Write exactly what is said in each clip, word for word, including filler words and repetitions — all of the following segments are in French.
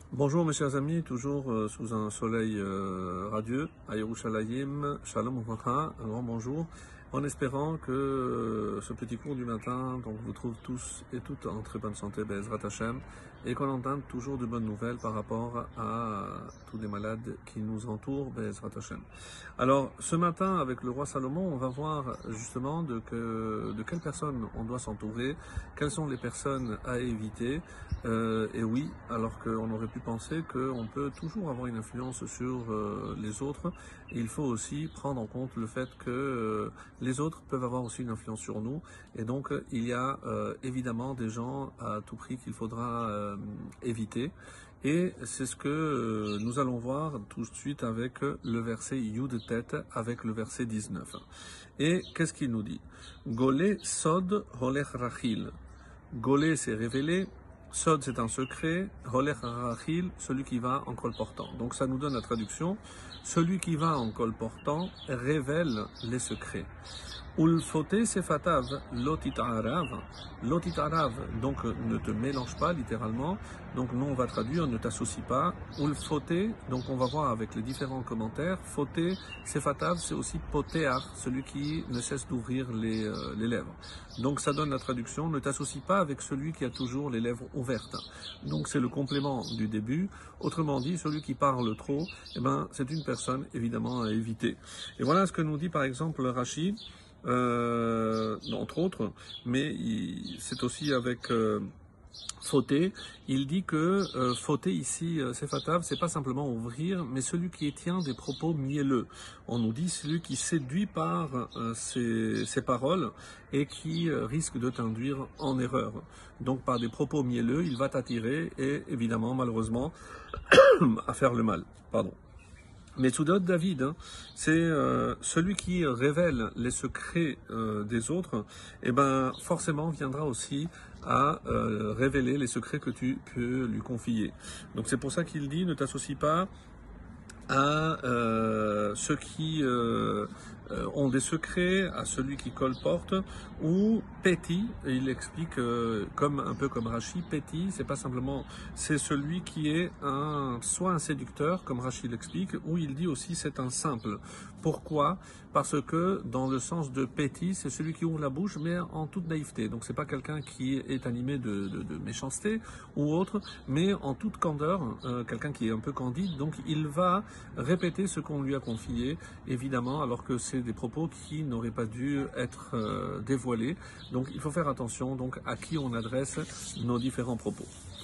Bonjour mes chers amis, toujours euh, sous un soleil euh, radieux à Yerushalayim, Shalom Uvracha, un grand bonjour, en espérant que euh, ce petit cours du matin donc, vous trouve tous et toutes en très bonne santé, Be'ezrat Hashem, et qu'on entende toujours de bonnes nouvelles par rapport à tous les malades qui nous entourent, Be'ezrat Hashem. Alors ce matin avec le roi Salomon, on va voir justement de, que, de quelles personnes on doit s'entourer, quelles sont les personnes à éviter, euh, et oui, alors qu'on aurait pu penser qu'on peut toujours avoir une influence sur euh, les autres. Et il faut aussi prendre en compte le fait que euh, les autres peuvent avoir aussi une influence sur nous. Et donc, il y a euh, évidemment des gens à tout prix qu'il faudra euh, éviter. Et c'est ce que euh, nous allons voir tout de suite avec le verset Yud Tet, avec le verset dix-neuf. Et qu'est-ce qu'il nous dit? Golé Sod Holech Rachil. Golé, c'est révélé. Sod, c'est un secret. Holech Rachil, celui qui va en colportant. Donc ça nous donne la traduction. Celui qui va en colportant révèle les secrets. Ulfote sefatav lotit arav. Lotit arav, donc ne te mélange pas littéralement. Donc nous on va traduire ne t'associe pas. Ulfote, donc on va voir avec les différents commentaires. Fote sefatav, c'est aussi potear, celui qui ne cesse d'ouvrir les, euh, les lèvres. Donc ça donne la traduction ne t'associe pas avec celui qui a toujours les lèvres ouvertes. Donc c'est le complément du début. Autrement dit, celui qui parle trop, eh ben c'est une personne évidemment à éviter. Et voilà ce que nous dit par exemple Rashi. Euh, entre autres, mais c'est aussi avec euh, fauté. Il dit que euh, fauté ici, euh, c'est fatav, c'est pas simplement ouvrir, mais celui qui tient des propos mielleux. On nous dit celui qui séduit par euh, ses, ses paroles et qui euh, risque de t'induire en erreur. Donc par des propos mielleux, il va t'attirer et évidemment, malheureusement, à faire le mal. Pardon. Mais Tsudot David, hein, c'est euh, celui qui révèle les secrets euh, des autres, et ben forcément viendra aussi à euh, révéler les secrets que tu peux lui confier. Donc c'est pour ça qu'il dit ne t'associe pas à euh, ceux qui euh, euh, ont des secrets, à celui qui colporte, ou petit, il explique euh, comme un peu comme Rashi, petit, c'est pas simplement, c'est celui qui est un soit un séducteur, comme Rashi l'explique, ou il dit aussi c'est un simple. Pourquoi? Parce que dans le sens de petit, c'est celui qui ouvre la bouche, mais en toute naïveté. Donc c'est pas quelqu'un qui est animé de, de, de méchanceté ou autre, mais en toute candeur, euh, quelqu'un qui est un peu candide. Donc il va répéter ce qu'on lui a confié, évidemment, alors que c'est des propos qui n'auraient pas dû être euh, dévoilés. Donc il faut faire attention donc à qui on adresse nos différents propos.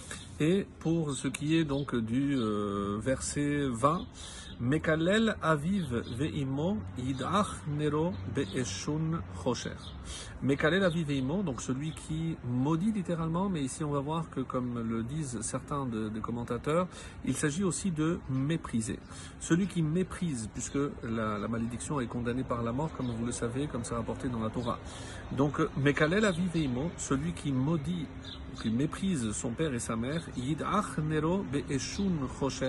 Et pour ce qui est donc du euh, verset vingt, Mekalel aviv ve'imo yidach nero be'eshun chosher. Mekalel aviv ve'imo, donc celui qui maudit littéralement, mais ici on va voir que comme le disent certains de, des commentateurs, il s'agit aussi de mépriser. Celui qui méprise, puisque la, la malédiction est condamnée par la mort, comme vous le savez, comme c'est rapporté dans la Torah. Donc Mekalel aviv ve'imo, celui qui maudit, qui méprise son père et sa mère, yidach nero be'eshun chosher,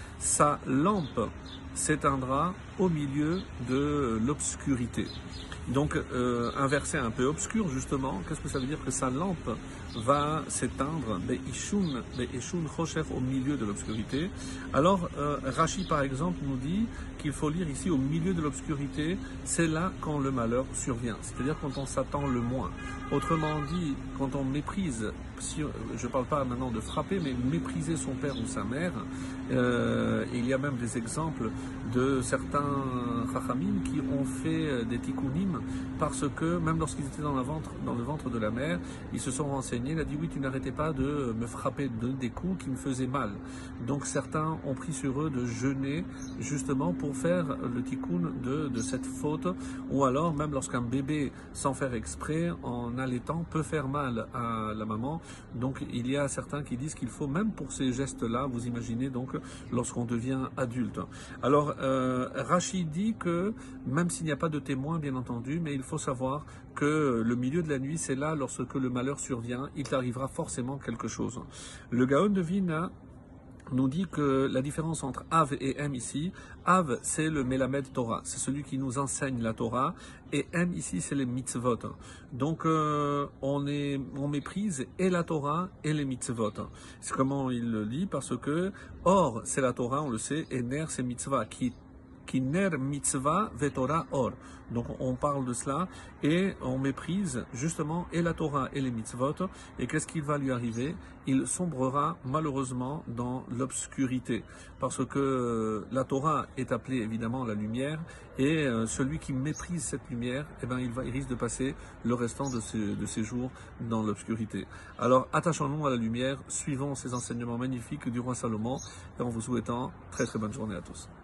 sa lampe s'éteindra au milieu de l'obscurité. Donc euh, un verset un peu obscur justement, qu'est-ce que ça veut dire que sa lampe va s'éteindre, Be'ishun, Be'ishun Chosher, au milieu de l'obscurité. Alors euh, Rashi par exemple nous dit qu'il faut lire ici au milieu de l'obscurité, c'est là quand le malheur survient, c'est-à-dire quand on s'attend le moins. Autrement dit, quand on méprise, si, je ne parle pas maintenant de frapper, mais mépriser son père ou sa mère, euh, il y a même des exemples de certains chachamim qui ont fait des tikkunim parce que même lorsqu'ils étaient dans, la ventre, dans le ventre de la mère, ils se sont renseignés, il a dit oui, tu n'arrêtais pas de me frapper de, des coups qui me faisaient mal. Donc certains ont pris sur eux de jeûner justement pour faire le tikkun de, de cette faute, ou alors même lorsqu'un bébé, sans faire exprès, en allaitant, peut faire mal à la maman. Donc il y a certains qui disent qu'il faut, même pour ces gestes-là, vous imaginez donc lorsqu'on devient adulte. Alors euh, Rashi dit que même s'il n'y a pas de témoin, bien entendu, mais il faut savoir que le milieu de la nuit, c'est là lorsque le malheur survient, il t'arrivera forcément quelque chose. Le Gaon de Vilna nous dit que la différence entre Av et M ici, Av c'est le Melamed Torah, c'est celui qui nous enseigne la Torah, et M ici c'est les mitzvot. Donc euh, on, est, on méprise et la Torah et les mitzvot. C'est comment il le dit, parce que Or c'est la Torah, on le sait, et Ner c'est mitzvah, qui qui ner mitzvah vetora or. Donc on parle de cela et on méprise justement et la Torah et les mitzvot. Et qu'est-ce qui va lui arriver? Il sombrera malheureusement dans l'obscurité, parce que la Torah est appelée évidemment la lumière, et celui qui méprise cette lumière, eh ben, il, va, il risque de passer le restant de ses, de ses jours dans l'obscurité. Alors attachons-nous à la lumière, suivons ces enseignements magnifiques du roi Salomon, et en vous souhaitant très très bonne journée à tous.